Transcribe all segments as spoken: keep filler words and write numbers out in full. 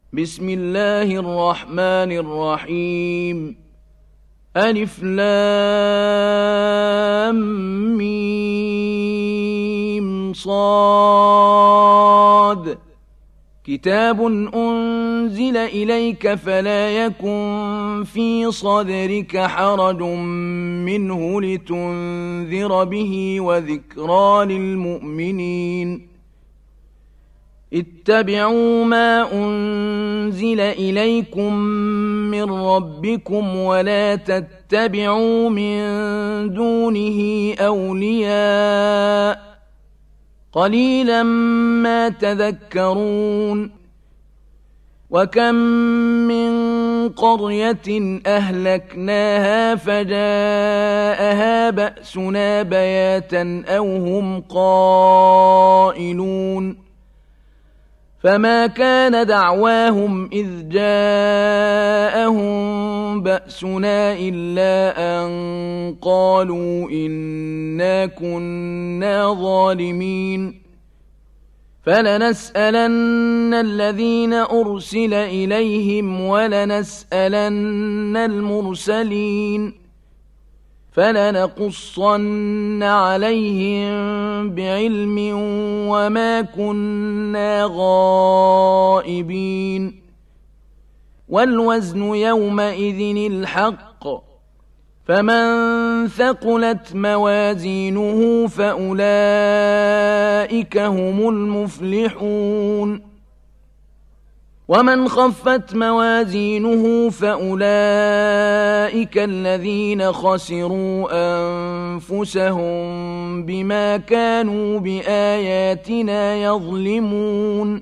بسم الله الرحمن الرحيم ألف لام ميم صاد كتاب أنزل إليك فلا يكن في صدرك حرج منه لتنذر به وذكرى للمؤمنين اتبعوا ما أنزل إليكم من ربكم ولا تتبعوا من دونه أولياء قليلا ما تذكرون وكم من قرية أهلكناها فجاءها بأسنا بياتا أو هم قائلون فما كان دعواهم إذ جاءهم بأسنا إلا أن قالوا إنا كنا ظالمين فلنسألن الذين أرسل إليهم ولنسألن المرسلين فلنقصن عليهم بعلم وما كنا غائبين والوزن يومئذ الحق فمن ثقلت موازينه فأولئك هم المفلحون ومن خفت موازينه فأولئك الذين خسروا أنفسهم بما كانوا بآياتنا يظلمون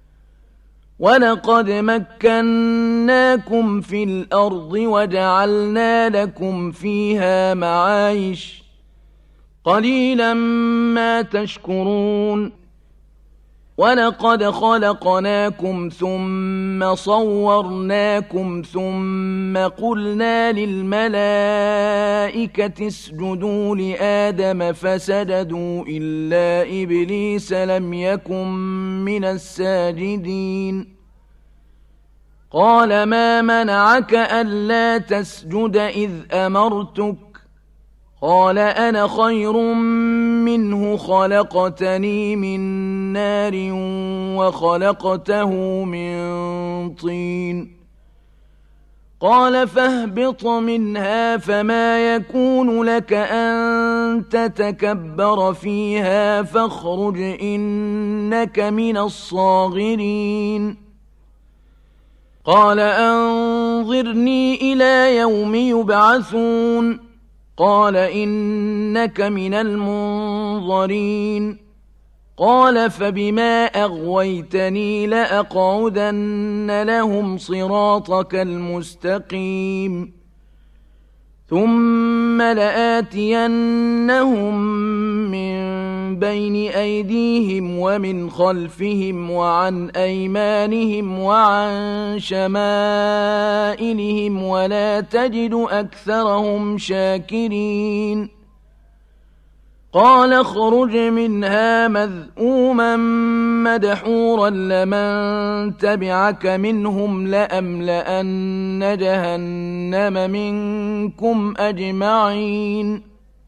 ولقد مكناكم في الأرض وجعلنا لكم فيها معايش قليلا ما تشكرون ولقد خلقناكم ثم صورناكم ثم قلنا للملائكة اسجدوا لآدم فسجدوا إلا إبليس لم يكن من الساجدين قال ما منعك ألا تسجد إذ أمرتك قال أنا خير منه خلقتني من نار وخلقته من طين قال فاهبط منها فما يكون لك أن تتكبر فيها فاخرج إنك من الصاغرين قال أنظرني إلى يوم يبعثون قال إنك من المنظرين قال فبما أغويتني لأقعدن لهم صراطك المستقيم ثم لآتينهم من بين أيديهم ومن خلفهم وعن أيمانهم وعن شمائلهم ولا تجد أكثرهم شاكرين قال اخرج منها مذءوما مدحورا لمن تبعك منهم لأملأن جهنم منكم أجمعين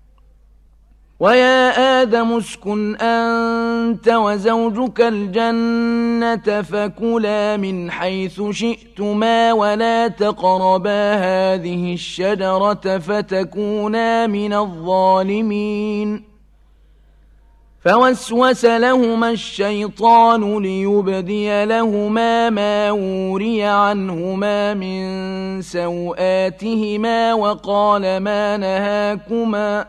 ويا آدم اسكن أنت وزوجك الجنة فكلا من حيث شئتما ولا تقربا هذه الشجرة فتكونا من الظالمين فوسوس لهما الشيطان ليبدي لهما ما وري عنهما من سوآتهما وقال ما نهاكما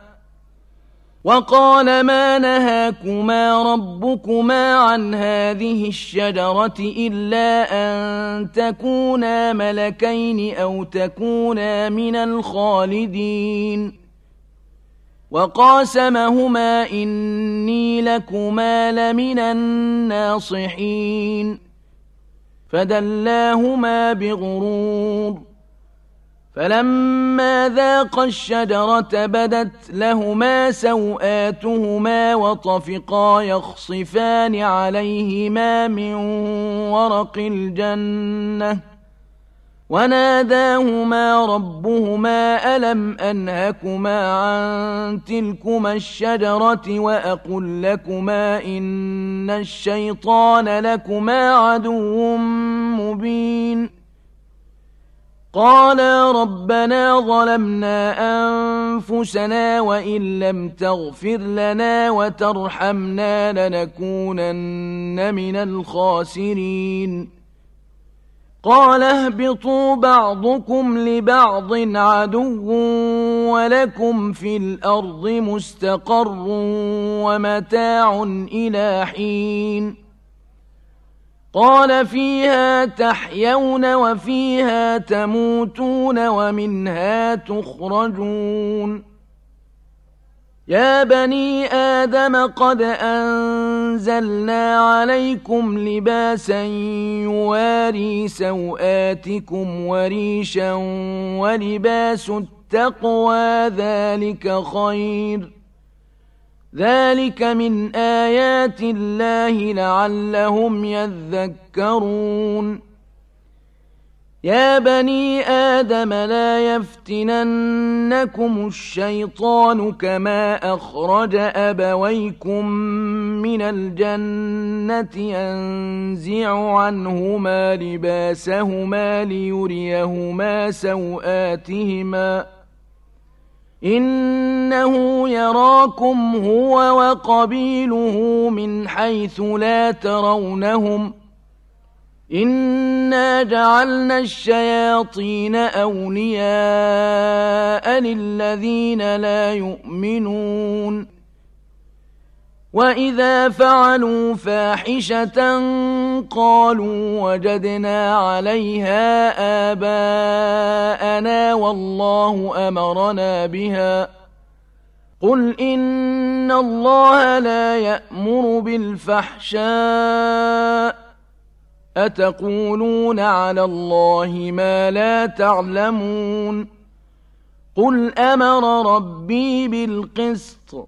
وقال ما نهاكما ربكما عن هذه الشجرة إلا أن تكونا ملكين أو تكونا من الخالدين وقاسمهما إني لكما لمن الناصحين فدلاهما بغرور فلما ذاقا الشجرة بدت لهما سوآتهما وطفقا يخصفان عليهما من ورق الجنة وناداهما ربهما ألم أنهكما عن تلكما الشجرة وأقل لكما إن الشيطان لكما عدو مبين قالا ربنا ظلمنا أنفسنا وإن لم تغفر لنا وترحمنا لنكونن من الخاسرين قال اهبطوا بعضكم لبعض عدو ولكم في الأرض مستقر ومتاع إلى حين قال فيها تحيون وفيها تموتون ومنها تخرجون يا بني آدم قد أنزلنا عليكم لباسا يواري سوآتكم وريشا ولباس التقوى ذلك خير ذلك من آيات الله لعلهم يذكرون يا بني آدم لا يفتننكم الشيطان كما أخرج أبويكم من الجنة ينزع عنهما لباسهما ليريهما سوآتهما إنه يراكم هو وقبيله من حيث لا ترونهم إنا جعلنا الشياطين أولياء للذين لا يؤمنون وإذا فعلوا فاحشة قالوا وجدنا عليها آباءنا والله أمرنا بها قل إن الله لا يأمر بالفحشاء أتقولون على الله ما لا تعلمون قل أمر ربي بالقسط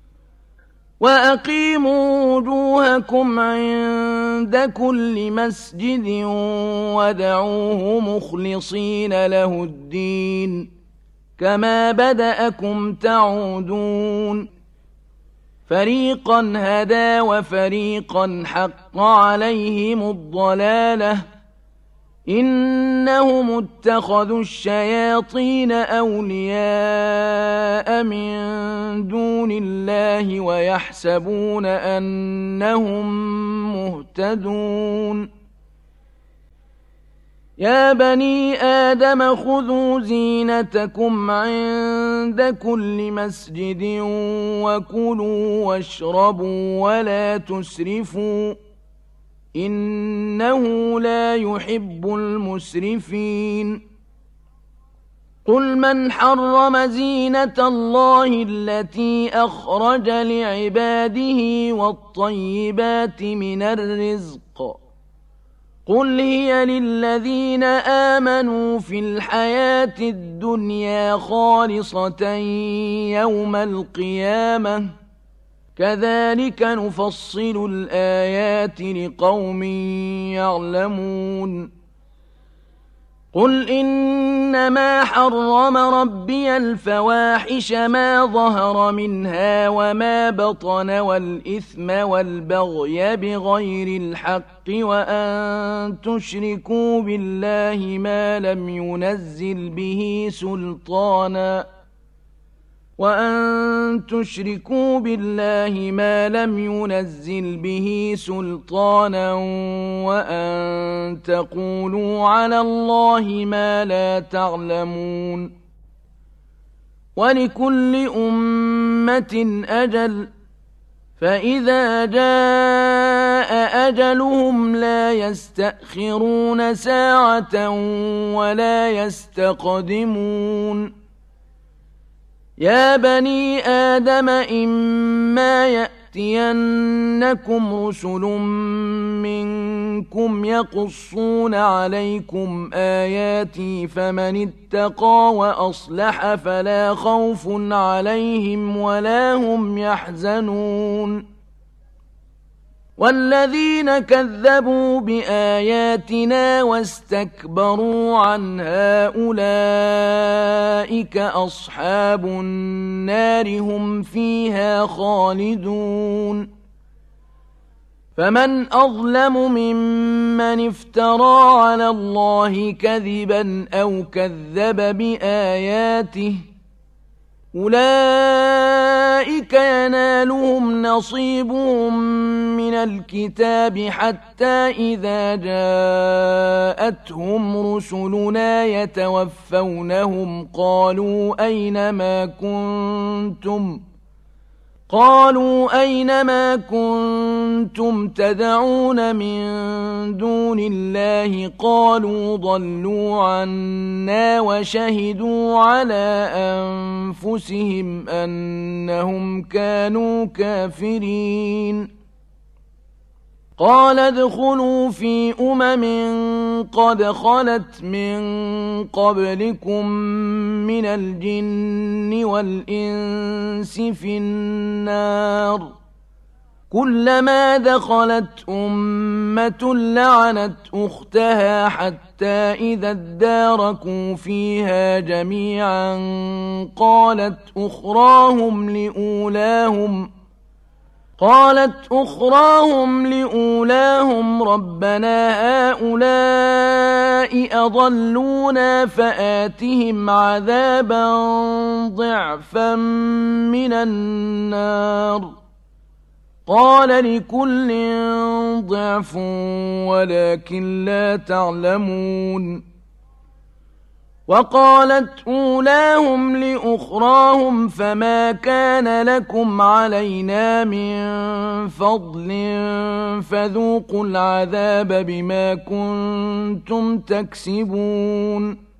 وأقيموا وجوهكم عند كل مسجد ودعوه مخلصين له الدين كما بدأكم تعودون فريقا هدى وفريقا حق عليهم الضلالة إنهم اتخذوا الشياطين أولياء من دون الله ويحسبون أنهم مهتدون يا بني آدم خذوا زينتكم عند كل مسجد وكلوا واشربوا ولا تسرفوا إنه لا يحب المسرفين قل من حرم زينة الله التي أخرج لعباده والطيبات من الرزق قل هي للذين آمنوا في الحياة الدنيا خالصة يوم القيامة كذلك نفصل الآيات لقوم يعلمون قل إنما حرم ربي الفواحش ما ظهر منها وما بطن والإثم والبغي بغير الحق وأن تشركوا بالله ما لم ينزل به سلطانا وأن تشركوا بالله ما لم ينزل به سلطانا وأن تقولوا على الله ما لا تعلمون ولكل أمة أجل فإذا جاء أجلهم لا يستأخرون ساعة ولا يستقدمون يا بني آدم إما يأتينكم رسل منكم يقصون عليكم آياتي فمن اتقى وأصلح فلا خوف عليهم ولا هم يحزنون والذين كذبوا بآياتنا واستكبروا عنها أولئك أصحاب النار هم فيها خالدون فمن أظلم ممن افترى على الله كذبا أو كذب بآياته أولئك ينالهم نصيبهم من الكتاب حتى إذا جاءتهم رسلنا يتوفونهم قالوا أين ما كنتم قالوا أين ما كنتم تدعون من دون الله قالوا ضلوا عنا وشهدوا على أنفسهم أنهم كانوا كافرين قال ادخلوا في أمم قد خلت من قبلكم من الجن والإنس في النار كلما دخلت أمة لعنت أختها حتى إذا اداركوا فيها جميعا قالت أخراهم لأولاهم قالت أخراهم لأولاهم ربنا هؤلاء أضلونا فآتهم عذابا ضعفا من النار قال لكل ضعف ولكن لا تعلمون وقالت أولاهم لأخراهم فما كان لكم علينا من فضل فذوقوا العذاب بما كنتم تكسبون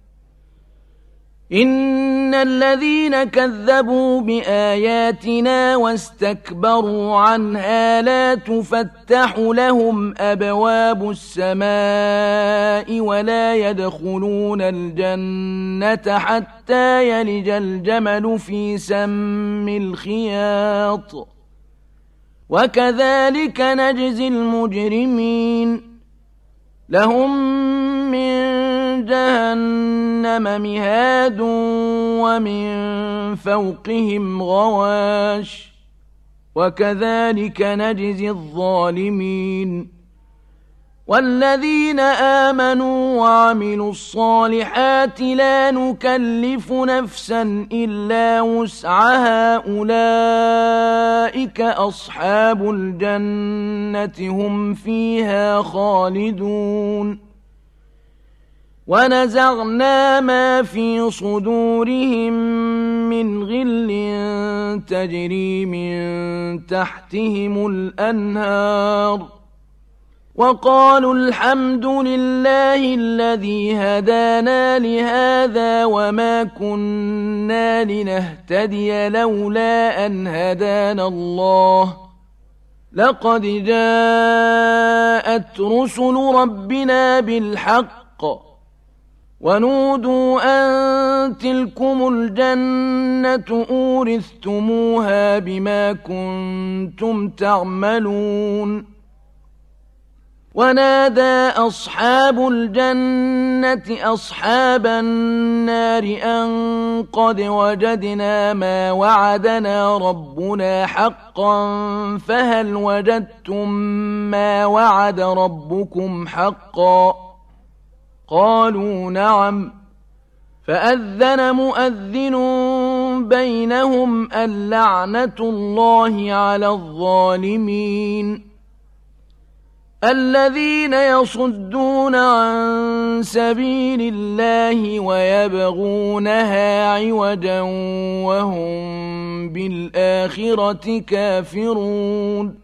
إن الذين كذبوا بآياتنا واستكبروا عنها لا تفتح لهم أبواب السماء ولا يدخلون الجنة حتى يلج الجمل في سم الخياط وكذلك نجزي المجرمين لهم من جهنم مهاد ومن فوقهم غواش وكذلك نجزي الظالمين والذين آمنوا وعملوا الصالحات لا نكلف نفسا إلا وسعها أولئك أصحاب الجنة هم فيها خالدون ونزعنا ما في صدورهم من غل تجري من تحتهم الأنهار وقالوا الحمد لله الذي هدانا لهذا وما كنا لنهتدي لولا أن هدانا الله لقد جاءت رسل ربنا بالحق ونودوا أن تلكم الجنة أورثتموها بما كنتم تعملون ونادى أصحاب الجنة أصحاب النار أن قد وجدنا ما وعدنا ربنا حقا فهل وجدتم ما وعد ربكم حقا قالوا نعم فأذن مؤذن بينهم اللعنة الله على الظالمين الذين يصدون عن سبيل الله ويبغونها عوجا وهم بالآخرة كافرون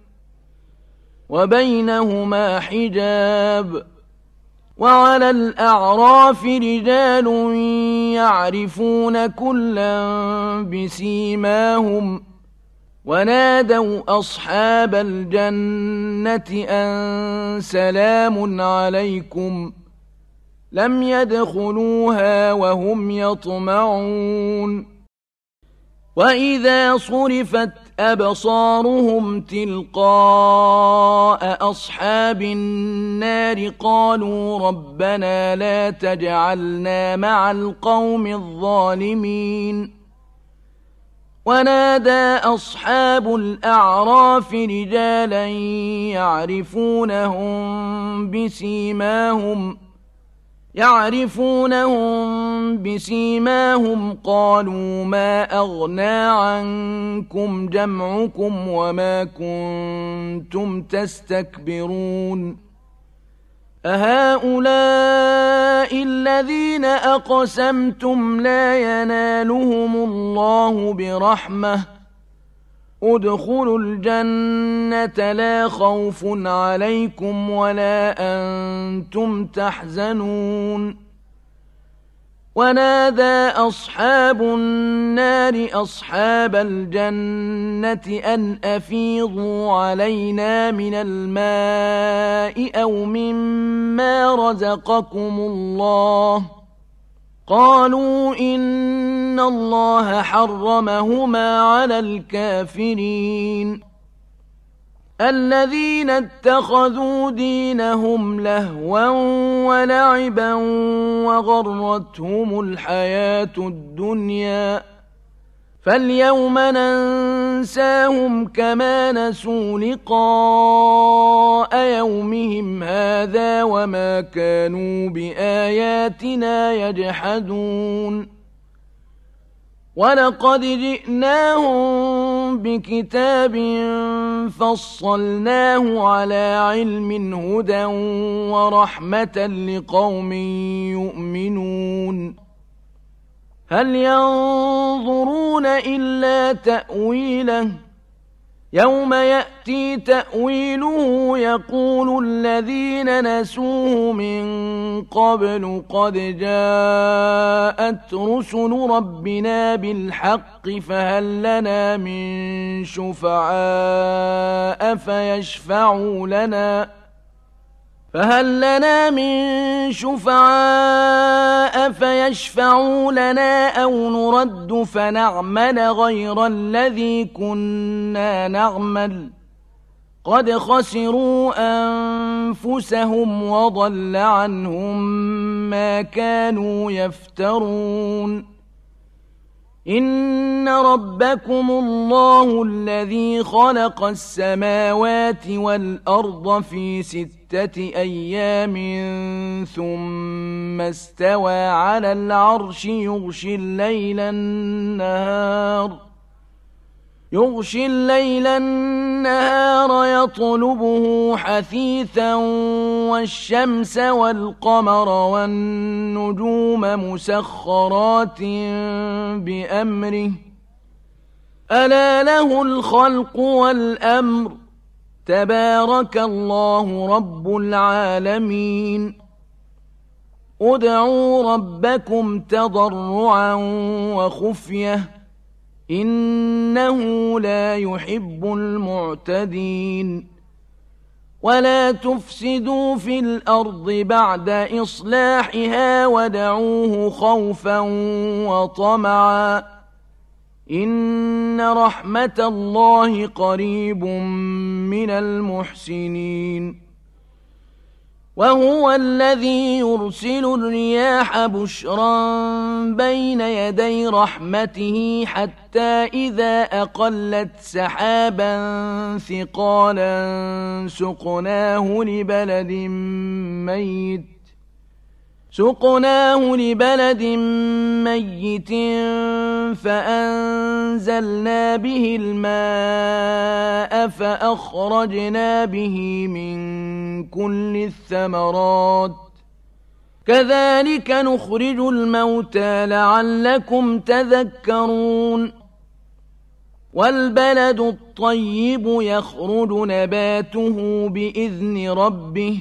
وبينهما حجاب وعلى الأعراف رجال يعرفون كلا بسيماهم ونادوا أصحاب الجنة أن سلام عليكم لم يدخلوها وهم يطمعون وإذا صرفت أبصارهم تلقاء أصحاب النار قالوا ربنا لا تجعلنا مع القوم الظالمين ونادى أصحاب الأعراف رجالا يعرفونهم بسيماهم يعرفونهم بسيماهم قالوا ما أغنى عنكم جمعكم وما كنتم تستكبرون أهؤلاء الذين أقسمتم لا ينالهم الله برحمة ادخلوا الجنة لا خوف عليكم ولا أنتم تحزنون ونادى أصحاب النار أصحاب الجنة أن أفيضوا علينا من الماء أو مما رزقكم الله قالوا إن الله حرمهما على الكافرين الذين اتخذوا دينهم لهوا ولعبا وغرتهم الحياة الدنيا فاليوم ننساهم كما نسوا لقاء يومهم هذا وما كانوا بآياتنا يجحدون ولقد جئناهم بكتاب فصلناه على علم هدى ورحمة لقوم يؤمنون هل ينظرون إلا تأويله يوم يأتي تأويله يقول الذين نسوه من قبل قد جاءت رسل ربنا بالحق فهل لنا من شفعاء فيشفعوا لنا فهل لنا من شفعاء فيشفعوا لنا أو نرد فنعمل غير الذي كنا نعمل قد خسروا أنفسهم وضل عنهم ما كانوا يفترون إن ربكم الله الذي خلق السماوات والأرض في ستة أيام ثم استوى على العرش يغشي الليل النهار يغشي الليل النهار يطلبه حثيثا والشمس والقمر والنجوم مسخرات بأمره ألا له الخلق والأمر تبارك الله رب العالمين ادعوا ربكم تضرعا وخفية إنه لا يحب المعتدين ولا تفسدوا في الأرض بعد إصلاحها ودعوه خوفا وطمعا إن رحمة الله قريب من المحسنين وهو الذي يرسل الرياح بشرا بين يدي رحمته حتى إذا أقلت سحابا ثقالا سقناه لبلد ميت سقناه لبلد ميت فأنزلنا به الماء فأخرجنا به من كل الثمرات كذلك نخرج الموتى لعلكم تذكرون والبلد الطيب يخرج نباته بإذن ربه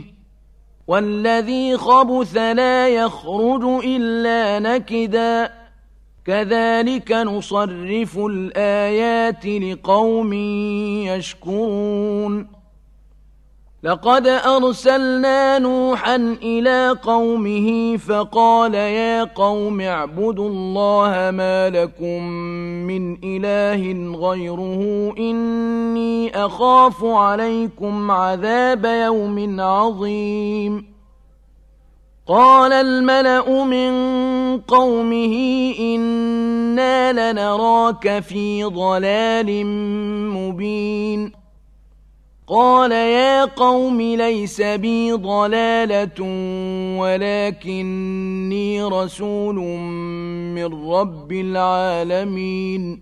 والذي خبث لا يخرج إلا نكدا كذلك نصرف الآيات لقوم يشكرون لقد أرسلنا نوحا إلى قومه فقال يا قوم اعبدوا الله ما لكم من إله غيره إني أخاف عليكم عذاب يوم عظيم قال الملأ من قومه إنا لنراك في ضلال مبين قال يا قوم ليس بي ضلالة ولكني رسول من رب العالمين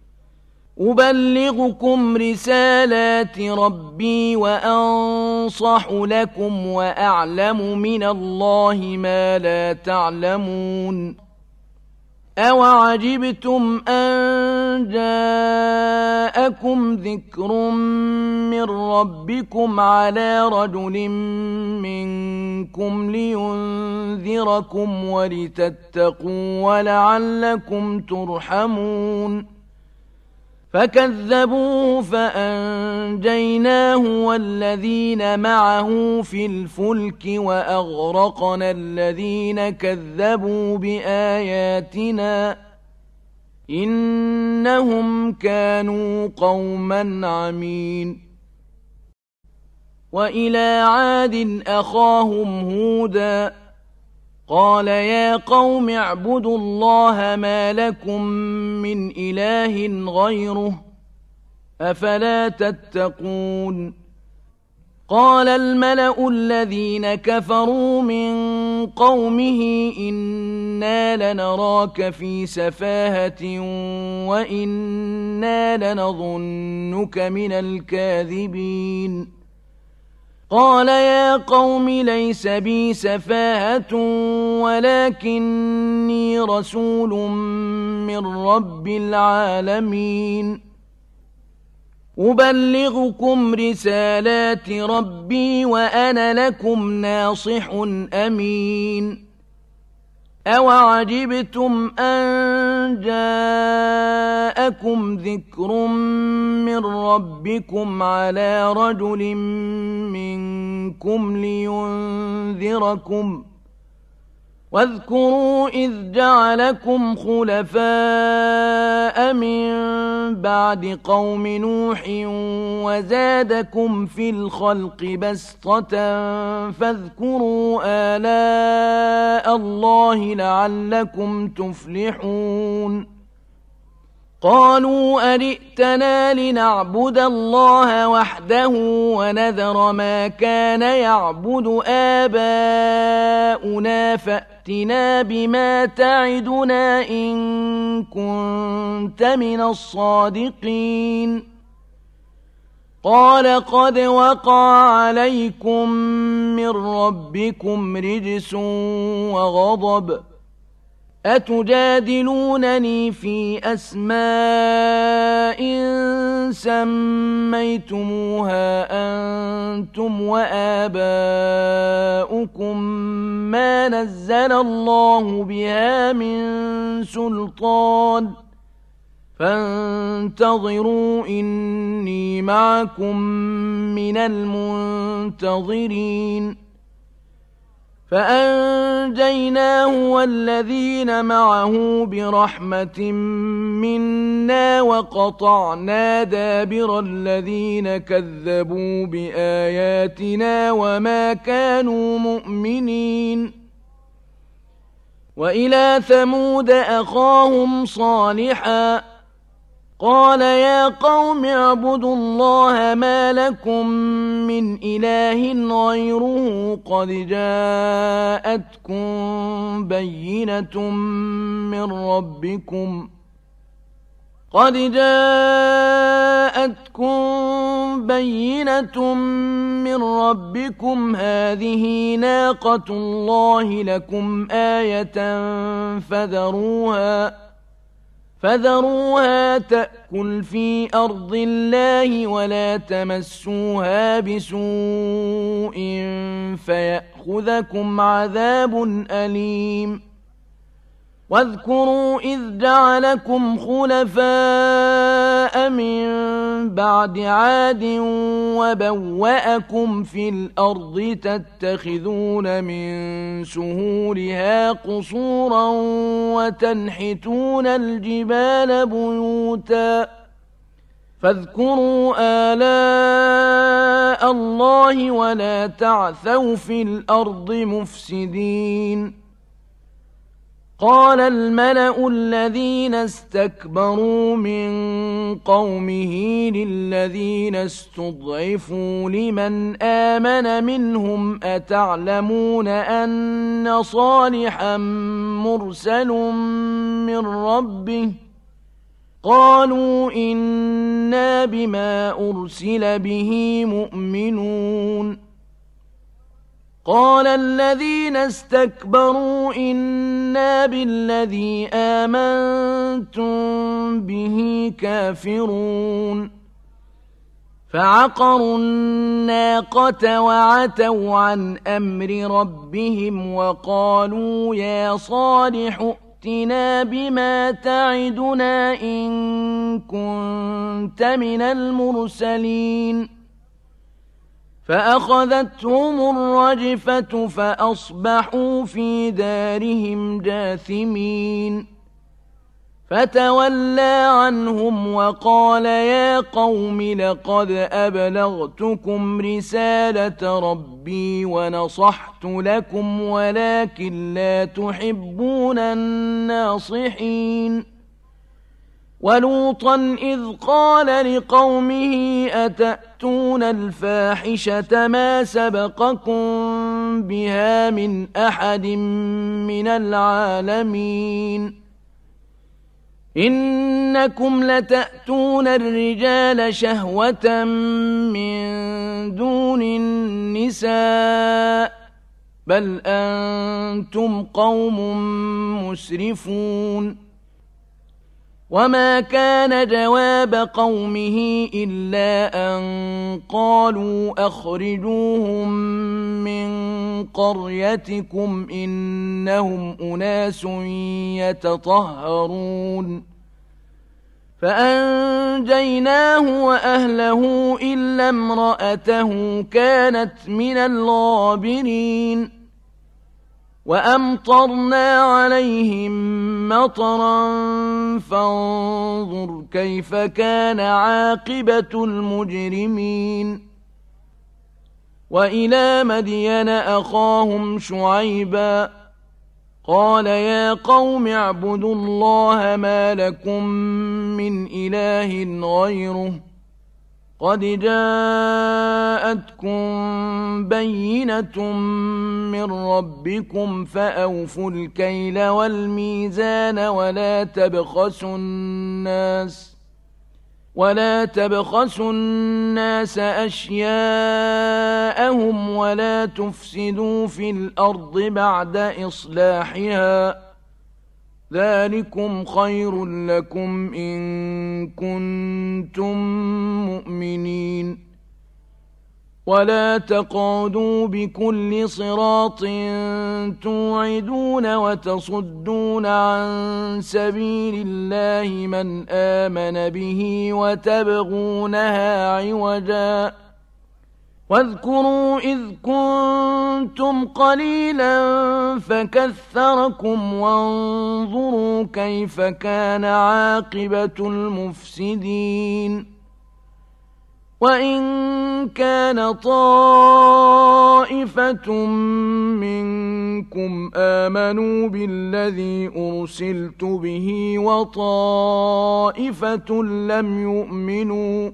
أبلغكم رسالات ربي وأنصح لكم وأعلم من الله ما لا تعلمون أوعجبتم أن جاءكم ذكر من ربكم على رجل منكم لينذركم ولتتقوا ولعلكم ترحمون فكذبوه فأنجيناه والذين معه في الفلك وأغرقنا الذين كذبوا بآياتنا إنهم كانوا قوما عمين وإلى عاد أخاهم هودا قال يا قوم اعبدوا الله ما لكم من إله غيره أفلا تتقون قال الملأ الذين كفروا من قومه إنا لنراك في سفاهة وإنا لنظنك من الكاذبين قال يا قوم ليس بي سفاهة ولكني رسول من رب العالمين أبلغكم رسالات ربي وأنا لكم ناصح أمين أوعجبتم أن جاءكم ذكر من ربكم على رجل منكم لينذركم واذكروا إذ جعلكم خلفاء من بعد قوم نوح وزادكم في الخلق بسطة فاذكروا آلاء الله لعلكم تفلحون قالوا أجئتنا لنعبد الله وحده ونذر ما كان يعبد آباؤنا فأتنا بما تعدنا إن كنت من الصادقين قال قد وقع عليكم من ربكم رجس وغضب أتجادلونني في أسماء سميتموها أنتم وآباؤكم ما نزل الله بها من سلطان فانتظروا إني معكم من المنتظرين فأنجيناه والذين معه برحمة منا وقطعنا دابر الذين كذبوا بآياتنا وما كانوا مؤمنين وإلى ثمود أخاهم صالحا قال يا قوم اعبدوا الله ما لكم من إله غيره قد جاءتكم بينة من ربكم قد جاءتكم بينة من ربكم هذه ناقة الله لكم آية فذروها فذروها تأكل في أرض الله ولا تمسوها بسوء فيأخذكم عذاب أليم واذكروا إذ جعلكم خلفاء من بعد عاد وبوأكم في الأرض تتخذون من سهولها قصورا وتنحتون الجبال بيوتا فاذكروا آلاء الله ولا تعثوا في الأرض مفسدين قال الملأ الذين استكبروا من قومه للذين استضعفوا لمن آمن منهم أتعلمون أن صالحا مرسل من ربه قالوا إنا بما أرسل به مؤمنون قال الذين استكبروا إنا بالذي آمنتم به كافرون فعقروا الناقة وعتوا عن أمر ربهم وقالوا يا صالح ائتنا بما تعدنا إن كنت من المرسلين فأخذتهم الرجفة فأصبحوا في دارهم جاثمين فتولى عنهم وقال يا قوم لقد أبلغتكم رسالة ربي ونصحت لكم ولكن لا تحبون الناصحين ولوطا إذ قال لقومه أتأتون الفاحشة ما سبقكم بها من أحد من العالمين إنكم لتأتون الرجال شهوة من دون النساء بل أنتم قوم مسرفون وما كان جواب قومه إلا أن قالوا أخرجوهم من قريتكم إنهم أناس يتطهرون فأنجيناه وأهله إلا امرأته كانت من الغابرين وأمطرنا عليهم مطرا فانظر كيف كان عاقبة المجرمين وإلى مدين أخاهم شعيبا قال يا قوم اعبدوا الله ما لكم من إله غيره قد جاءتكم بينة من ربكم فأوفوا الكيل والميزان ولا تبخسوا الناس ولا تبخسوا الناس أشياءهم ولا تفسدوا في الأرض بعد إصلاحها ذلكم خير لكم إن كنتم مؤمنين ولا تقعدوا بكل صراط توعدون وتصدون عن سبيل الله من آمن به وتبغونها عوجا واذكروا إذ كنتم قليلا فكثركم وانظروا كيف كان عاقبة المفسدين وإن كان طائفة منكم آمنوا بالذي أرسلت به وطائفة لم يؤمنوا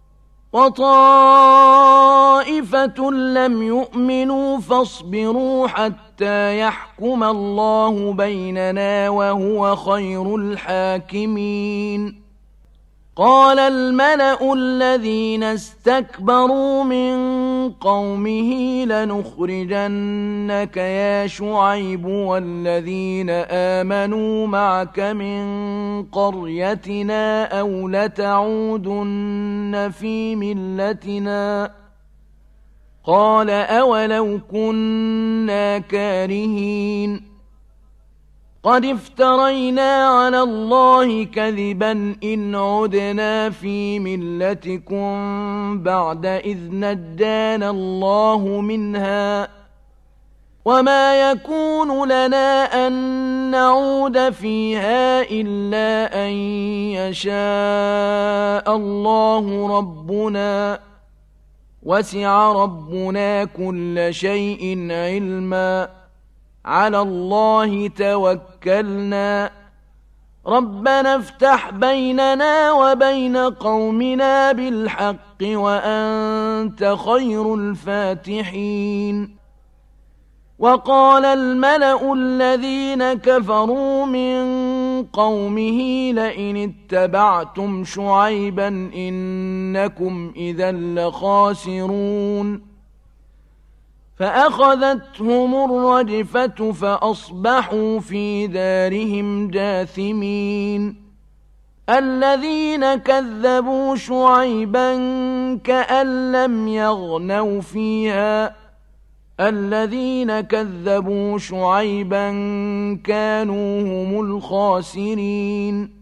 وطائفة لم يؤمنوا فاصبروا حتى يحكم الله بيننا وهو خير الحاكمين قال الملأ الذين استكبروا من قومه لنخرجنك يا شعيب والذين آمنوا معك من قريتنا أو لتعودن في ملتنا قال أولو كنا كارهين قد افترينا على الله كذبا إن عدنا في ملتكم بعد إذ نجانا الله منها وما يكون لنا أن نعود فيها إلا أن يشاء الله ربنا وسع ربنا كل شيء علما على الله توكلنا ربنا افتح بيننا وبين قومنا بالحق وأنت خير الفاتحين وقال الملأ الذين كفروا من قومه لئن اتبعتم شعيبا إنكم إذا لخاسرون فأخذتهم الرجفة فأصبحوا في دارهم جاثمين الذين كذبوا شعيبا كأن لم يغنوا فيها الذين كذبوا شعيبا كانوا هم الخاسرين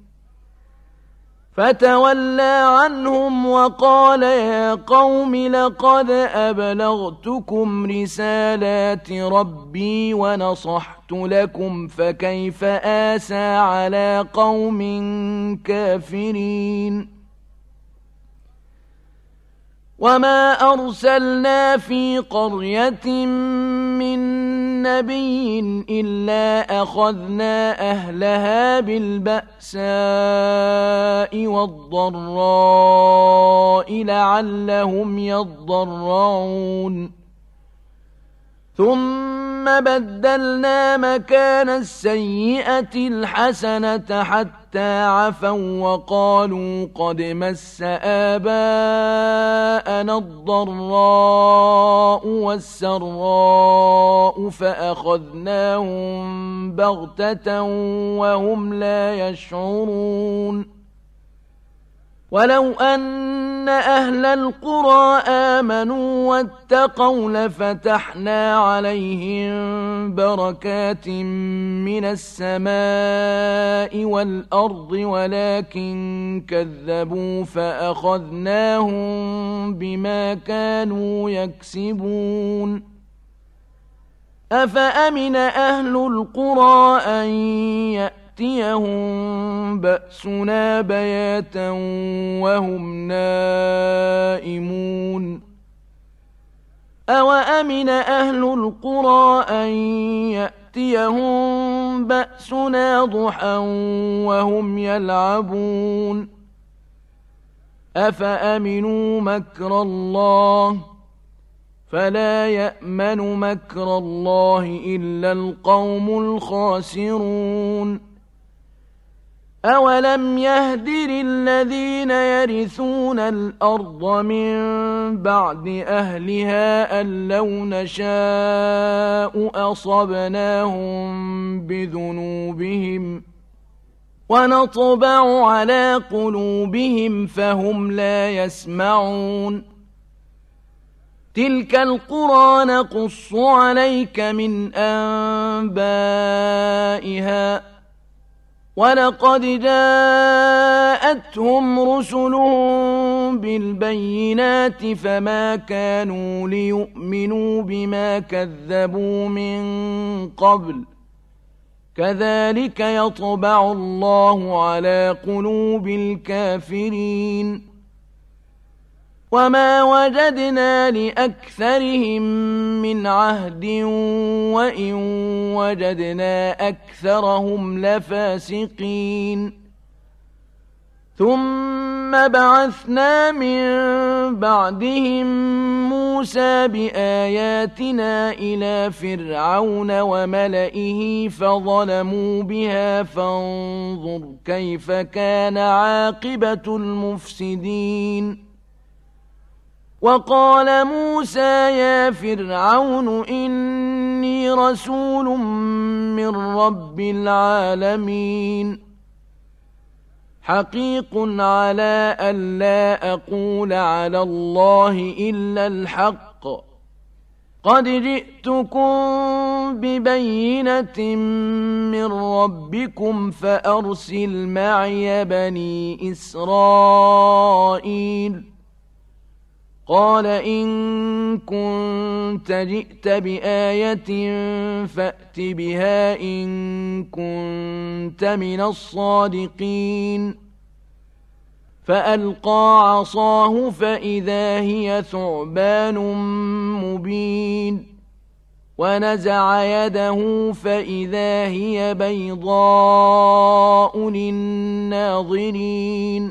فتولى عنهم وقال يا قوم لقد أبلغتكم رسالات ربي ونصحت لكم فكيف آسى على قوم كافرين وما أرسلنا في قرية من نبي إلا أخذنا أهلها بالبأساء والضراء لعلهم يضرعون ثم بدلنا مكان السيئة الحسنة حتى عفوا وقالوا قد مس آباءنا الضراء والسراء فأخذناهم بغتة وهم لا يشعرون ولو أن أهل القرى آمنوا واتقوا لفتحنا عليهم بركات من السماء والأرض ولكن كذبوا فأخذناهم بما كانوا يكسبون أفأمن أهل القرى أن يأتوا يأتيهم بأسنا بياتا وهم نائمون أوأمن أهل القرى أن يأتيهم بأسنا ضحى وهم يلعبون أفأمنوا مكر الله فلا يأمن مكر الله إلا القوم الخاسرون أولم يهد للذين يرثون الأرض من بعد أهلها أن لو نشاء أصبناهم بذنوبهم ونطبع على قلوبهم فهم لا يسمعون تلك القرى نقص عليك من أنبائها ولقد جاءتهم رسلهم بالبينات فما كانوا ليؤمنوا بما كذبوا من قبل كذلك يطبع الله على قلوب الكافرين وما وجدنا لأكثرهم من عهد وإن وجدنا أكثرهم لفاسقين ثم بعثنا من بعدهم موسى بآياتنا إلى فرعون وملئه فظلموا بها فانظر كيف كان عاقبة المفسدين وقال موسى يا فرعون إني رسول من رب العالمين حقيق على ألا أقول على الله إلا الحق قد جئتكم ببينة من ربكم فأرسل معي بني إسرائيل. قال إن كنت جئت بآية فأت بها إن كنت من الصادقين. فألقى عصاه فإذا هي ثعبان مبين، ونزع يده فإذا هي بيضاء للناظرين.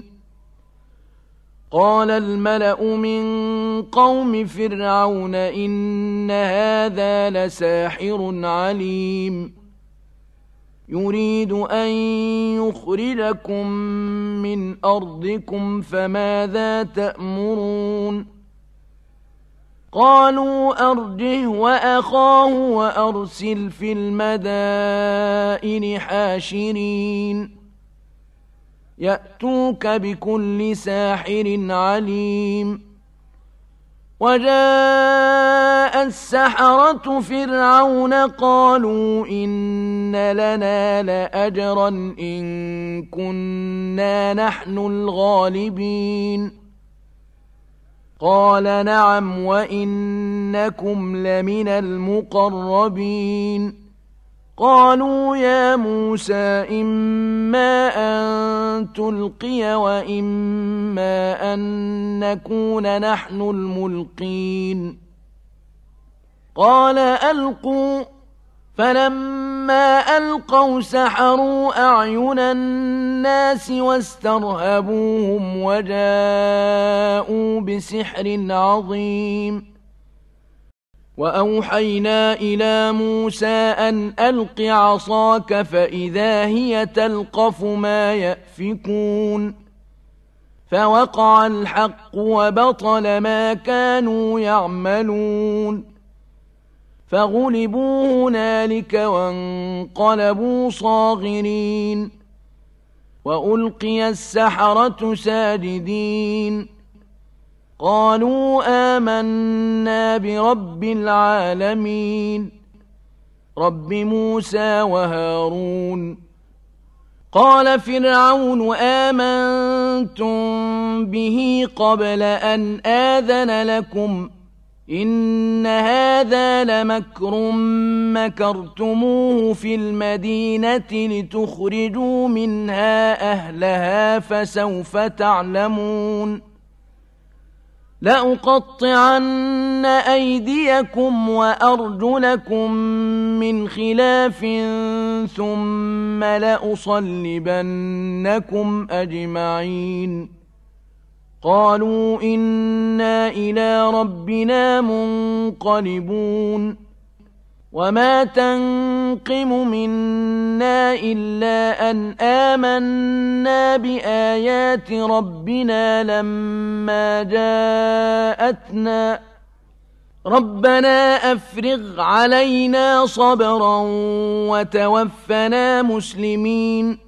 قال الملأ من قوم فرعون إن هذا لساحر عليم، يريد أن يخرجكم من أرضكم فماذا تأمرون؟ قالوا أرجه وأخاه وأرسل في المدائن حاشرين يأتوك بكل ساحر عليم. وجاء السحرة فرعون قالوا إن لنا لأجرا إن كنا نحن الغالبين. قال نعم وإنكم لمن المقربين. قالوا يا موسى إما أن تلقي وإما أن نكون نحن الملقين. قال ألقوا، فلما ألقوا سحروا أعين الناس واسترهبوهم وجاءوا بسحر عظيم. وأوحينا إلى موسى أن ألق عصاك فإذا هي تلقف ما يأفكون. فوقع الحق وبطل ما كانوا يعملون. فغلبوا هنالك وانقلبوا صاغرين. وألقي السحرة ساجدين. قالوا آمنا برب العالمين رب موسى وهارون. قال فرعون آمنتم به قبل أن آذن لكم إن هذا لمكر مكرتموه في المدينة لتخرجوا منها أهلها فسوف تعلمون. لأقطعن أيديكم وأرجلكم من خلاف ثم لأصلبنكم أجمعين. قالوا إنا إلى ربنا منقلبون. وما تنقم منا إلا أن آمنا بآيات ربنا لما جاءتنا ربنا أفرغ علينا صبرا وتوفنا مسلمين.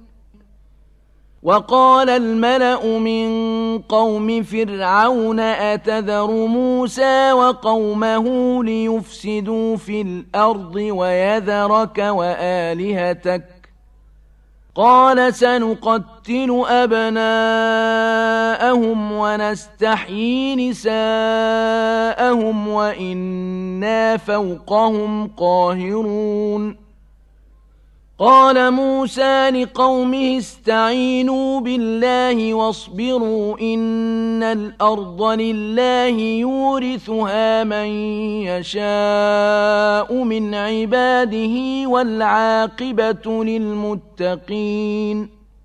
وقال الملأ من قوم فرعون أتذر موسى وقومه ليفسدوا في الأرض ويذرك وآلهتك قال سنقتل أبناءهم ونستحيي نساءهم وإنا فوقهم قاهرون. قال موسى لقومه استعينوا بالله واصبروا إن الأرض لله يورثها من يشاء من عباده والعاقبة للمتقين.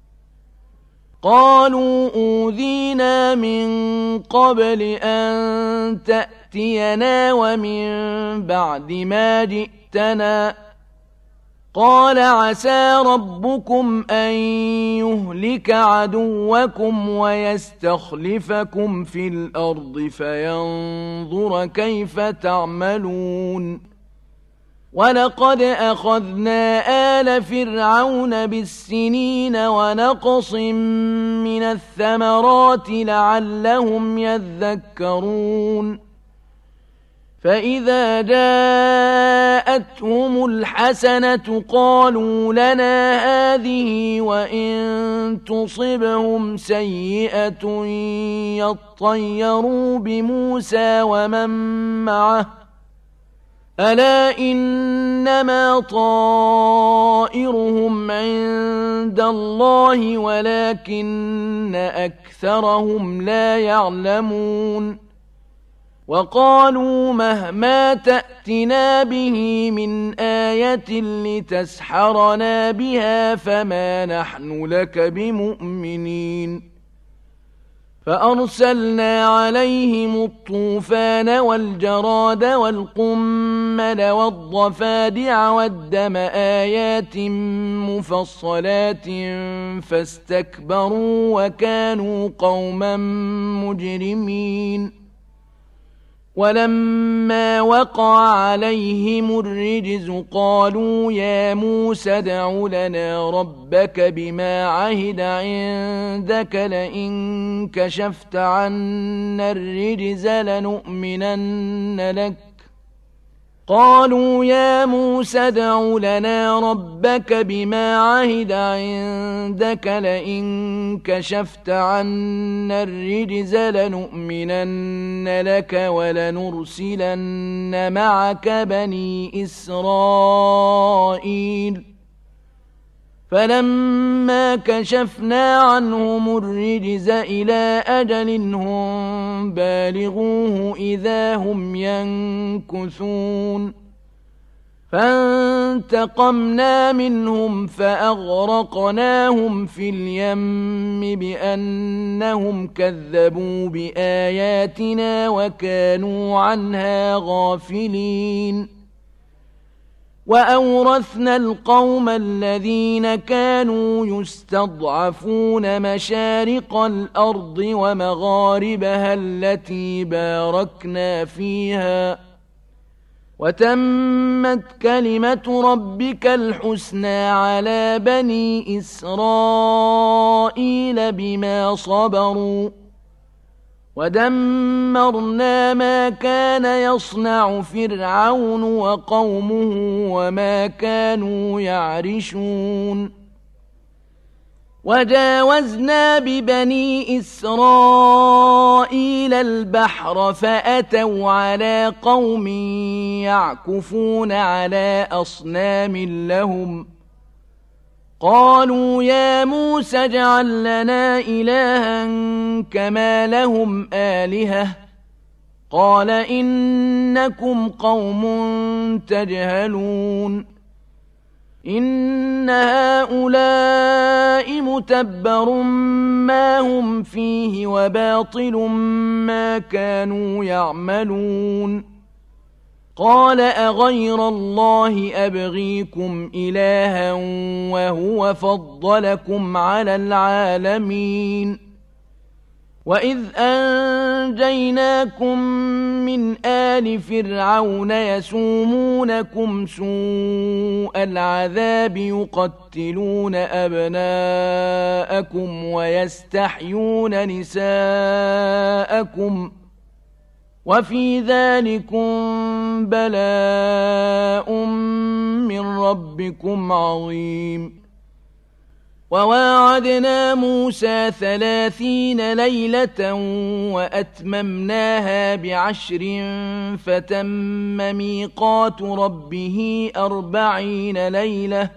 قالوا أوذينا من قبل أن تأتينا ومن بعد ما جئتنا قال عسى ربكم أن يهلك عدوكم ويستخلفكم في الأرض فينظر كيف تعملون. ولقد أخذنا آل فرعون بالسنين ونقص من الثمرات لعلهم يذكرون. فإذا جاءتهم الحسنة قالوا لنا هذه وإن تصبهم سيئة يطيروا بموسى ومن معه ألا إنما طائرهم عند الله ولكن أكثرهم لا يعلمون وقالوا مهما تأتنا به من آية لتسحرنا بها فما نحن لك بمؤمنين فأرسلنا عليهم الطوفان والجراد والقمل والضفادع والدم آيات مفصلات فاستكبروا وكانوا قوما مجرمين ولما وقع عليهم الرجز قالوا يا موسى ادع لنا ربك بما عهد عندك لئن كشفت عنا الرجز لنؤمنن لك قالوا يا موسى ادع لنا ربك بما عهد عندك لئن كشفت عنا الرجز لنؤمنن لك ولنرسلن معك بني إسرائيل فلما كشفنا عنهم الرجز إلى أجل هم بالغوه إذا هم ينكثون فانتقمنا منهم فأغرقناهم في اليم بأنهم كذبوا بآياتنا وكانوا عنها غافلين وأورثنا القوم الذين كانوا يستضعفون مشارق الأرض ومغاربها التي باركنا فيها وتمت كلمة ربك الحسنى على بني إسرائيل بما صبروا ودمرنا ما كان يصنع فرعون وقومه وما كانوا يعرشون وجاوزنا ببني إسرائيل البحر فأتوا على قوم يعكفون على أصنام لهم قالوا يا موسى اجعل لنا إلها كما لهم آلهة قال إنكم قوم تجهلون إن هؤلاء متبر ما هم فيه وباطل ما كانوا يعملون قال أغير الله أبغيكم إلها وهو فضلكم على العالمين وإذ أنجيناكم من آل فرعون يسومونكم سوء العذاب يقتلون أبناءكم ويستحيون نساءكم وفي ذلكم بلاء من ربكم عظيم وواعدنا موسى ثلاثين ليلة وأتممناها بعشر فتم ميقات ربه أربعين ليلة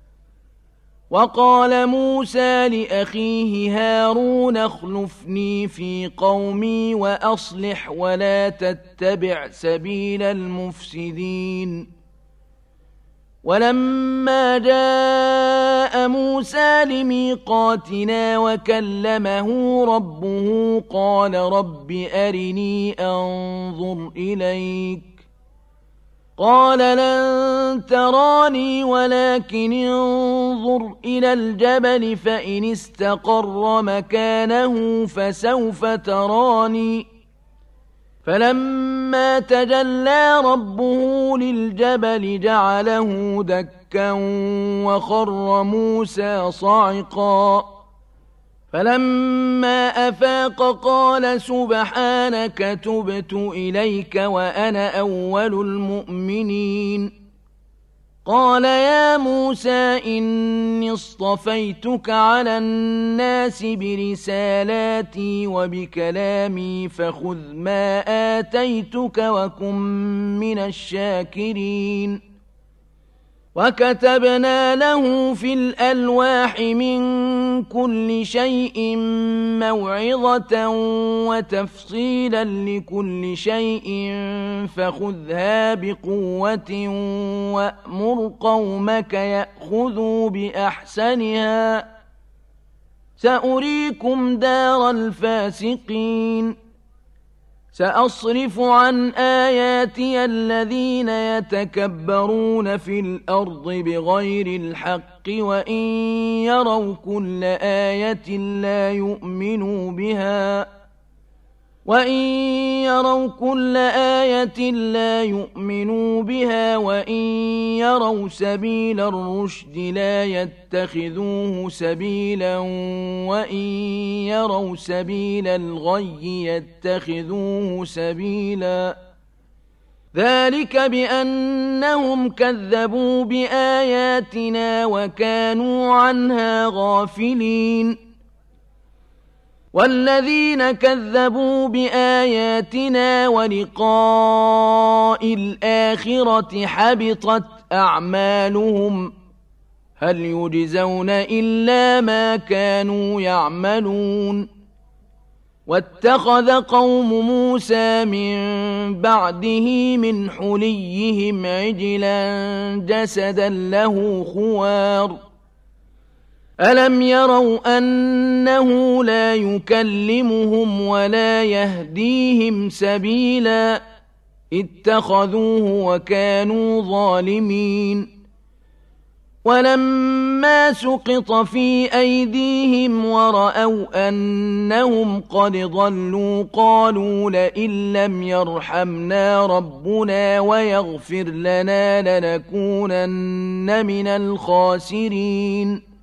وقال موسى لأخيه هارون اخلفني في قومي وأصلح ولا تتبع سبيل المفسدين ولما جاء موسى لميقاتنا وكلمه ربه قال رب أرني أنظر إليك قال لن تراني ولكن انظر إلى الجبل فإن استقر مكانه فسوف تراني فلما تجلى ربه للجبل جعله دكا وخر موسى صعقا فلما أفاق قال سبحانك تبت إليك وأنا أول المؤمنين قال يا موسى إني اصطفيتك على الناس برسالاتي وبكلامي فخذ ما آتيتك وكن من الشاكرين وكتبنا له في الألواح من كل شيء موعظة وتفصيلا لكل شيء فخذها بقوة وأمر قومك يأخذوا بأحسنها سأريكم دار الفاسقين سأصرف عن آياتي الذين يتكبرون في الأرض بغير الحق وإن يروا كل آية لا يؤمنوا بها وإن يروا كل آية لا يؤمنوا بها وإن يروا سبيل الرشد لا يتخذوه سبيلا وإن يروا سبيل الغي يتخذوه سبيلا ذلك بأنهم كذبوا بآياتنا وكانوا عنها غافلين والذين كذبوا بآياتنا ولقاء الآخرة حبطت أعمالهم هل يجزون إلا ما كانوا يعملون واتخذ قوم موسى من بعده من حليهم عجلا جسدا له خوار ألم يروا أنه لا يكلمهم ولا يهديهم سبيلا اتخذوه وكانوا ظالمين ولما سقط في أيديهم ورأوا أنهم قد ضلوا قالوا لئن لم يرحمنا ربنا ويغفر لنا لنكونن من الخاسرين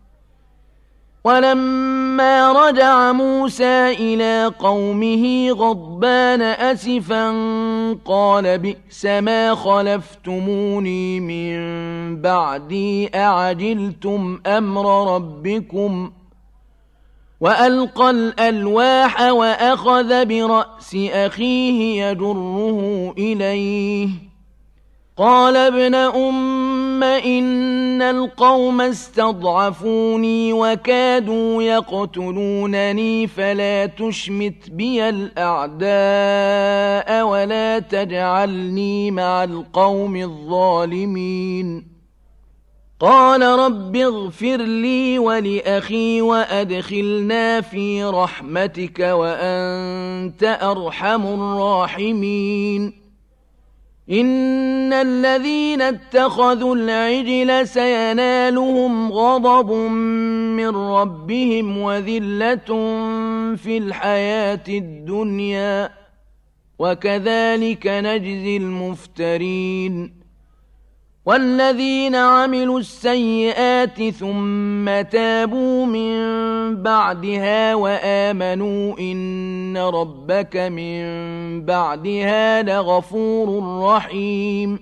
ولما رجع موسى إلى قومه غضبان أسفا قال بئس ما خلفتموني من بعدي أعجلتم أمر ربكم وألقى الألواح وأخذ برأس أخيه يجره إليه قال ابن أم إن القوم استضعفوني وكادوا يقتلونني فلا تشمت بي الأعداء ولا تجعلني مع القوم الظالمين قال رب اغفر لي ولأخي وأدخلنا في رحمتك وأنت أرحم الراحمين إن الذين اتخذوا العجل سينالهم غضب من ربهم وذلة في الحياة الدنيا وكذلك نجزي المفترين والذين عملوا السيئات ثم تابوا من بعدها وآمنوا إن ربك من بعدها لغفور رحيم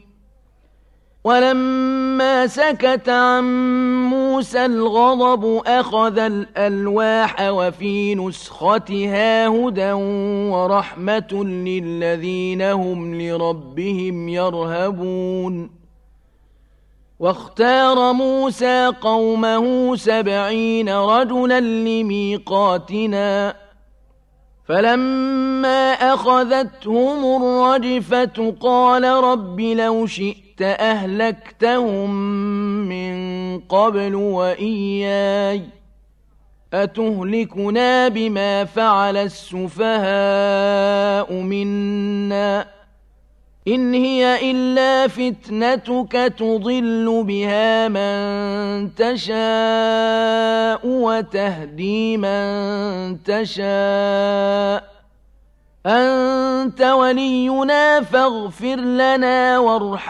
ولما سكت عن موسى الغضب أخذ الألواح وفي نسختها هدى ورحمة للذين هم لربهم يرهبون واختار موسى قومه سبعين رجلا لميقاتنا فلما أخذتهم الرجفة قال رب لو شئت أهلكتهم من قبل وإياي أتهلكنا بما فعل السفهاء منا إن هي إلا فتنتك تضل بها من تشاء وتهدي من تشاء أنت ولينا فاغفر لنا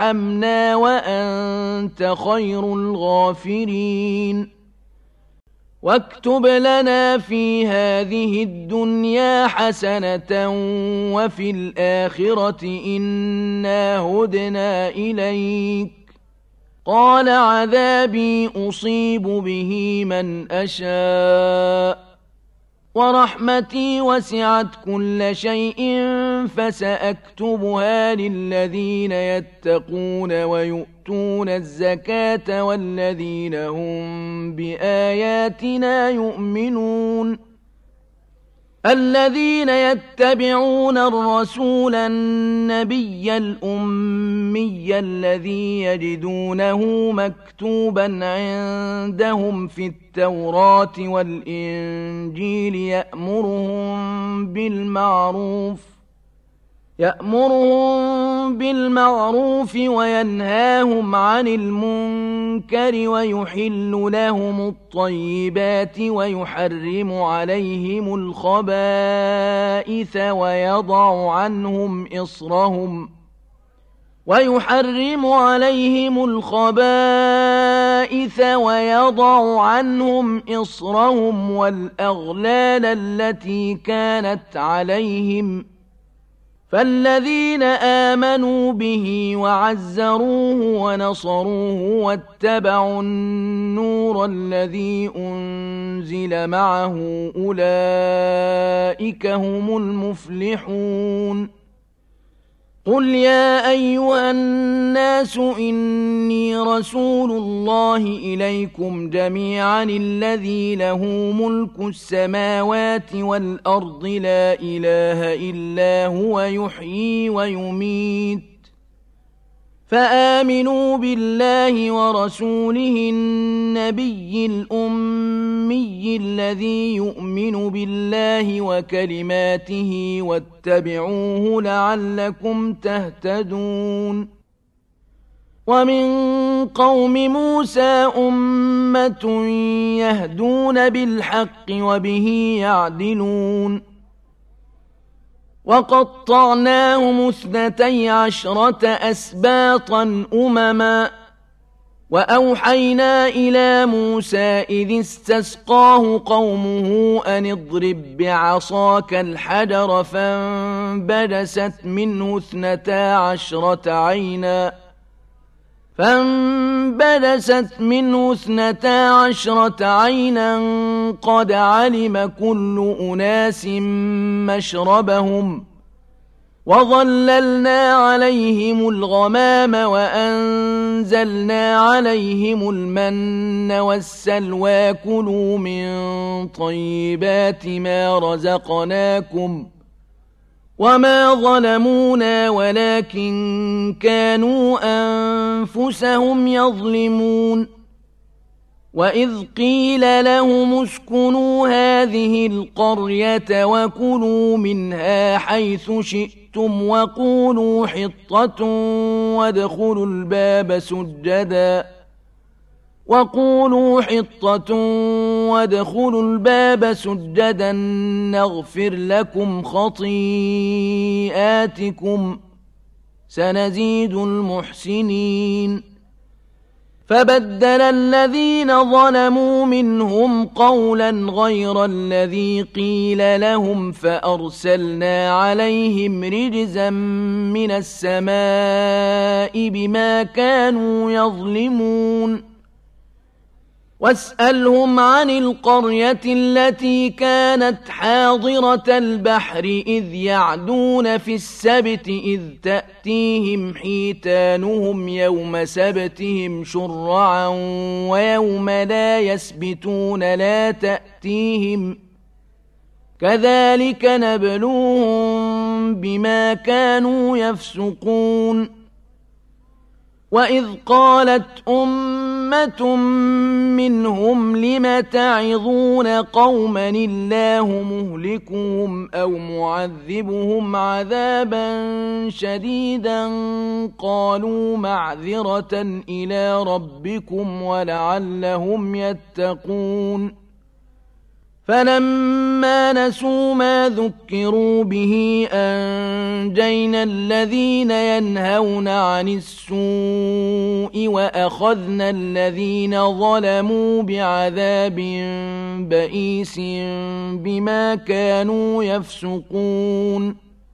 وارحمنا وأنت خير الغافرين واكتب لنا في هذه الدنيا حسنة وفي الآخرة إنا هدنا إليك قال عذابي أصيب به من أشاء ورحمتي وسعت كل شيء فسأكتبها للذين يتقون ويؤتون الزكاة والذين هم بآياتنا يؤمنون الذين يتبعون الرسول النبي الأمي الذي يجدونه مكتوبا عندهم في التوراة والإنجيل يأمرهم بالمعروف يأمرهم بالمعروف وينهاهم عن المنكر ويحل لهم الطيبات ويحرم عليهم الخبائث ويضع عنهم إصرهم ويحرم عليهم الخبائث ويضع عنهم إصرهم والأغلال التي كانت عليهم فالذين آمنوا به وعزروه ونصروه واتبعوا النور الذي أنزل معه أولئك هم المفلحون قل يا أيها الناس إني رسول الله إليكم جميعا الذي له ملك السماوات والأرض لا إله إلا هو يحيي ويميت فآمنوا بالله ورسوله النبي الأمي الذي يؤمن بالله وكلماته واتبعوه لعلكم تهتدون ومن قوم موسى أمة يهدون بالحق وبه يعدلون وقطعناهم اثنتي عشرة أسباطا أمما وأوحينا إلى موسى إذ استسقاه قومه أن اضرب بعصاك الحجر فانبجست منه اثنتا عشرة عينا فانبجست منه اثنتا عشرة عينا قد علم كل أناس مشربهم وظللنا عليهم الغمام وأنزلنا عليهم المن والسلوى كلوا من طيبات ما رزقناكم وما ظلمونا ولكن كانوا أنفسهم يظلمون وإذ قيل لهم اسكنوا هذه القرية وكلوا منها حيث شئتم وقولوا حطة وادخلوا الباب سجدا وقولوا حطة وادخلوا الباب سجدا نغفر لكم خطيئاتكم سنزيد المحسنين فبدل الذين ظلموا منهم قولا غير الذي قيل لهم فأرسلنا عليهم رجزا من السماء بما كانوا يظلمون واسألهم عن القرية التي كانت حاضرة البحر إذ يعدون في السبت إذ تأتيهم حيتانهم يوم سبتهم شرعا ويوم لا يسبتون لا تأتيهم كذلك نبلوهم بما كانوا يفسقون وإذ قالت أمة منهم لم تعظون قوما الله مهلكهم أو معذبهم عذابا شديدا قالوا معذرة إلى ربكم ولعلهم يتقون فلما نسوا ما ذكروا به أنجينا الذين ينهون عن السوء وأخذنا الذين ظلموا بعذاب بئيس بما كانوا يفسقون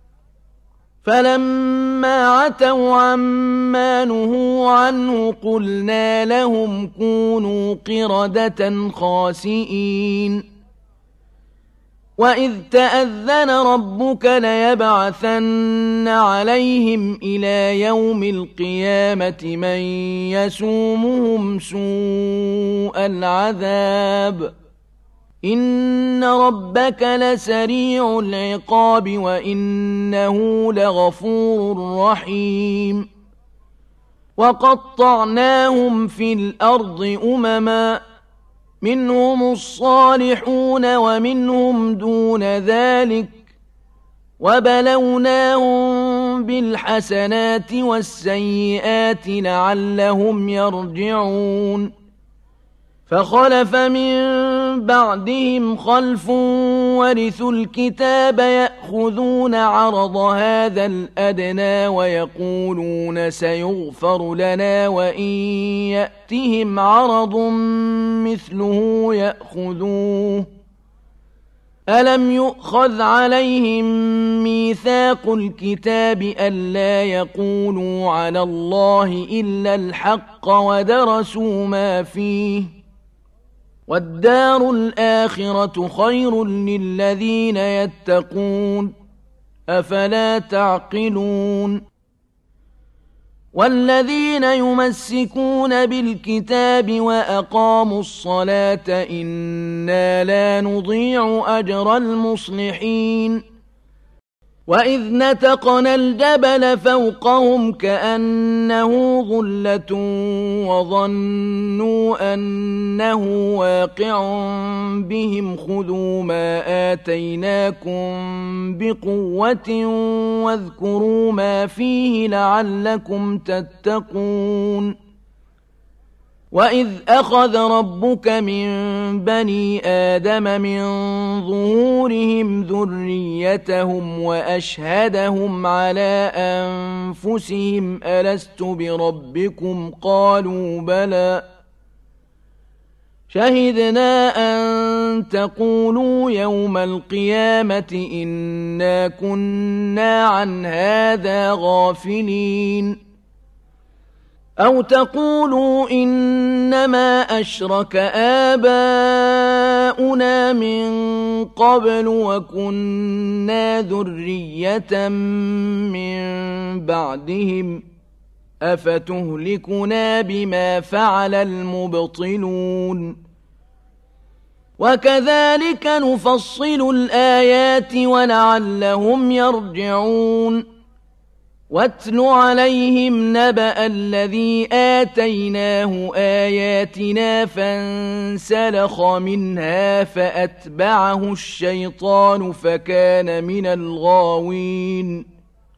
فلما عتوا عما نهوا عنه قلنا لهم كونوا قردة خاسئين وإذ تأذن ربك ليبعثن عليهم إلى يوم القيامة من يسومهم سوء العذاب إن ربك لسريع العقاب وإنه لغفور رحيم وقطعناهم في الأرض أمما منهم الصالحون ومنهم دون ذلك وبلوناهم بالحسنات والسيئات لعلهم يرجعون فخلف من بعدهم خلف ورثوا الكتاب يأخذون عرض هذا الأدنى ويقولون سيغفر لنا وإن يأتهم عرض مثله يأخذوه ألم يؤخذ عليهم ميثاق الكتاب ألا يقولوا على الله إلا الحق ودرسوا ما فيه والدار الآخرة خير للذين يتقون أفلا تعقلون والذين يمسكون بالكتاب وأقاموا الصلاة إنا لا نضيع أجر المصلحين وإذ نتقنا الجبل فوقهم كأنه ظلة وظنوا أنه واقع بهم خذوا ما آتيناكم بقوة واذكروا ما فيه لعلكم تتقون وإذ أخذ ربك من بني آدم من ظهورهم ذريتهم وأشهدهم على أنفسهم ألست بربكم قالوا بلى شهدنا أن تقولوا يوم القيامة إنا كنا عن هذا غافلين أو تقولوا إنما أشرك آباؤنا من قبل وكنا ذرية من بعدهم أفتهلكنا بما فعل المبطلون وكذلك نفصل الآيات ولعلهم يرجعون واتل عليهم نبأ الذي آتيناه آياتنا فانسلخ منها فأتبعه الشيطان فكان من الغاوين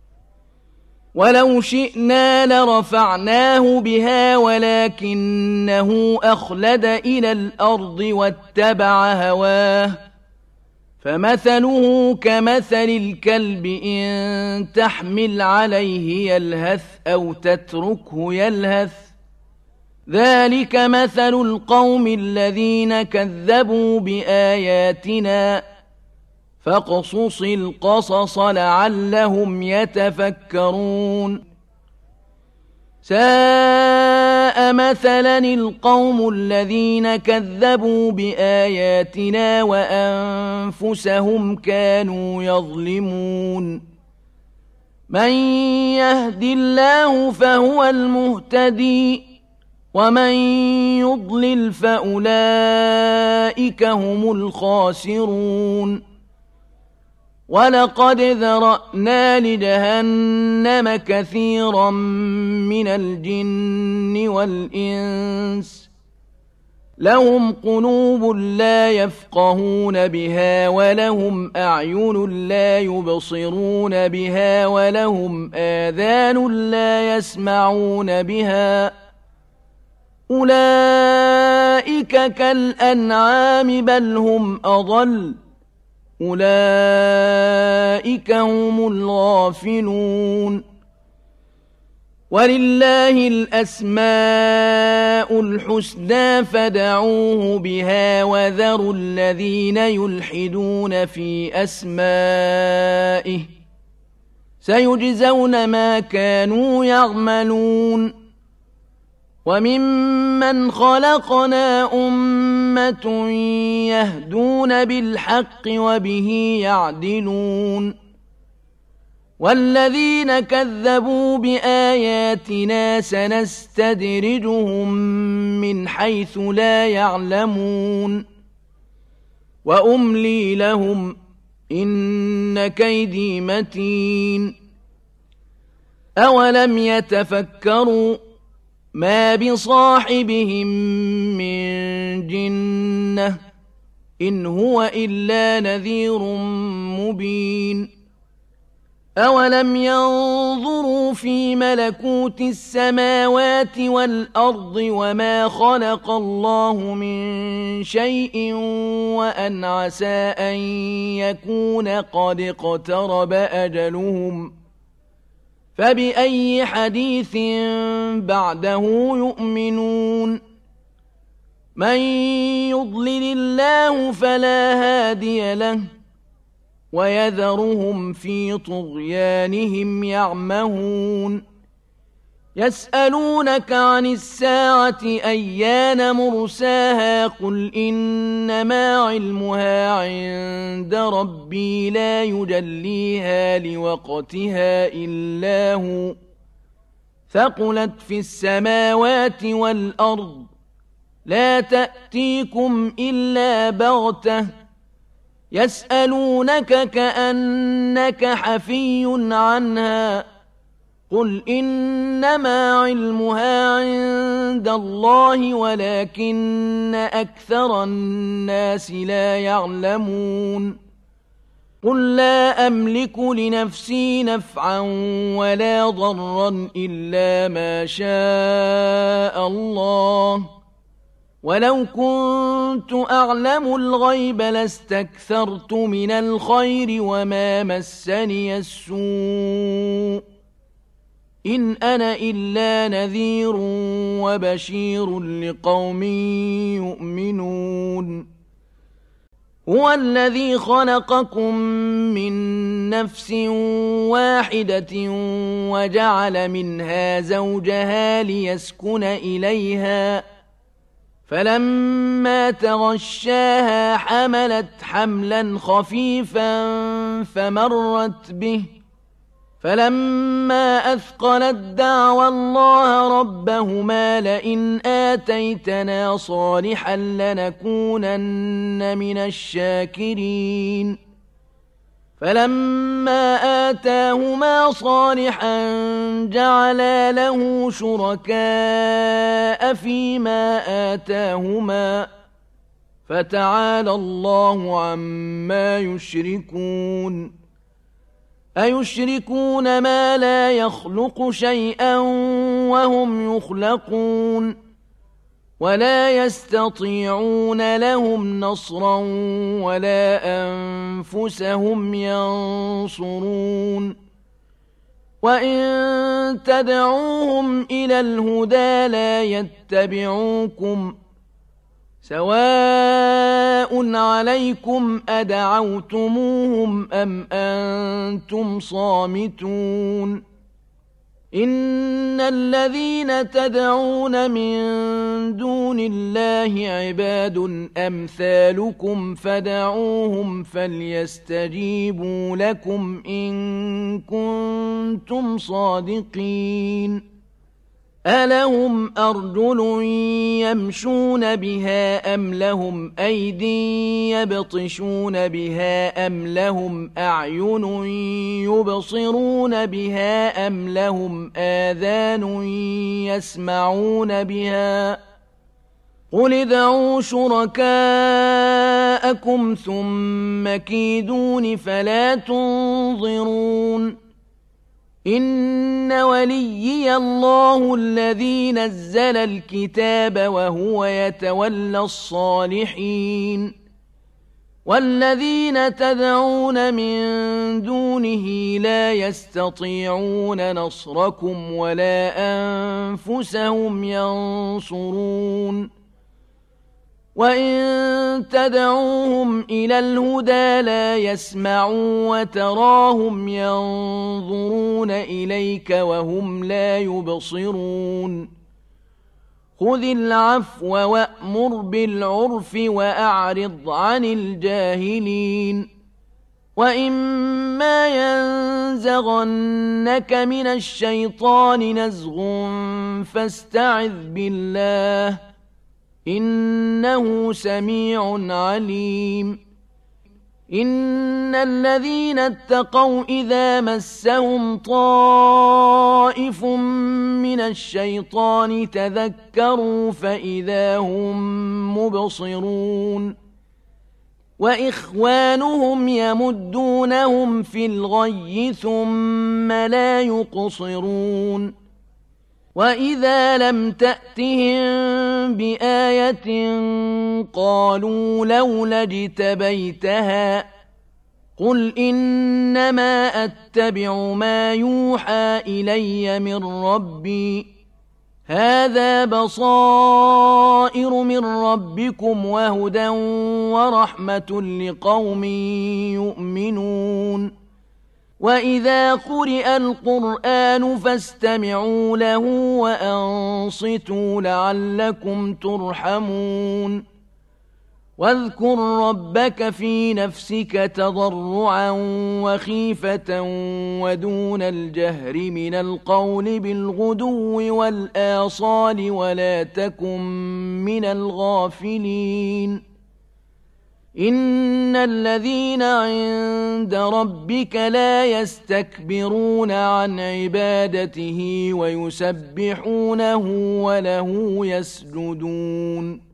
ولو شئنا لرفعناه بها ولكنه أخلد إلى الأرض واتبع هواه فمثله كمثل الكلب إن تحمل عليه يلهث أو تتركه يلهث ذلك مثل القوم الذين كذبوا بآياتنا فاقصص القصص لعلهم يتفكرون ساء مثلا القوم الذين كذبوا بآياتنا وأنفسهم كانوا يظلمون من يهد الله فهو المهتدي ومن يضلل فأولئك هم الخاسرون ولقد ذرأنا لجهنم كثيرا من الجن والإنس لهم قلوب لا يفقهون بها ولهم أعين لا يبصرون بها ولهم آذان لا يسمعون بها أولئك كالأنعام بل هم أضل أولئك هم الغافلون ولله الأسماء الحسنى فدعوه بها وذروا الذين يلحدون في أسمائه سيجزون ما كانوا يعملون وممن خلقنا أمة يهدون بالحق وبه يعدلون والذين كذبوا بآياتنا سنستدرجهم من حيث لا يعلمون وأملي لهم إن كيدي متين أولم يتفكروا ما بصاحبهم من جنة إن هو إلا نذير مبين أولم ينظروا في ملكوت السماوات والأرض وما خلق الله من شيء وأن عسى أن يكون قد اقترب أجلهم فبأي حديث بعده يؤمنون من يضلل الله فلا هادي له ويذرهم في طغيانهم يعمهون يسألونك عن الساعة أيان مرساها قل إنما علمها عند ربي لا يجليها لوقتها إلا هو ثقلت في السماوات والأرض لا تأتيكم إلا بغتة يسألونك كأنك حفي عنها قل إنما علمها عند الله ولكن أكثر الناس لا يعلمون قل لا أملك لنفسي نفعا ولا ضرا إلا ما شاء الله ولو كنت أعلم الغيب لاستكثرت من الخير وما مسني السوء إن أنا إلا نذير وبشير لقوم يؤمنون هو الذي خلقكم من نفس واحدة وجعل منها زوجها ليسكن إليها فلما تغشاها حملت حملا خفيفا فمرت به فلما أثقلت دعوى الله ربهما لئن آتيتنا صالحا لنكونن من الشاكرين فلما آتاهما صالحا جعلا له شركاء فيما آتاهما فتعالى الله عما يشركون أيشركون ما لا يخلق شيئا وهم يخلقون ولا يستطيعون لهم نصرا ولا أنفسهم ينصرون وإن تدعوهم إلى الهدى لا يتبعوكم سواء عليكم أدعوتموهم أم أنتم صامتون إن الذين تدعون من دون الله عباد أمثالكم فدعوهم فليستجيبوا لكم إن كنتم صادقين ألهم أرجل يمشون بها أم لهم أيد يبطشون بها أم لهم أعين يبصرون بها أم لهم آذان يسمعون بها قل ادعوا شركاءكم ثم كيدون فلا تنظرون إن وليي الله الذي نزل الكتاب وهو يتولى الصالحين والذين تدعون من دونه لا يستطيعون نصركم ولا أنفسهم ينصرون وإن تدعوهم إلى الهدى لا يسمعوا وتراهم ينظرون إليك وهم لا يبصرون خذ العفو وأمر بالعرف وأعرض عن الجاهلين وإما ينزغنك من الشيطان نزغ فاستعذ بالله إنه سميع عليم إن الذين اتقوا إذا مسهم طائف من الشيطان تذكروا فإذا هم مبصرون وإخوانهم يمدونهم في الغي ثم لا يقصرون وإذا لم تأتهم بآية قالوا لولا اجتبيتها قل إنما أتبع ما يوحى إلي من ربي هذا بصائر من ربكم وهدى ورحمة لقوم يؤمنون وإذا قرئ القرآن فاستمعوا له وأنصتوا لعلكم ترحمون واذكر ربك في نفسك تضرعا وخيفة ودون الجهر من القول بالغدو والآصال ولا تكن من الغافلين إن الذين عند ربك لا يستكبرون عن عبادته ويسبحونه وله يسجدون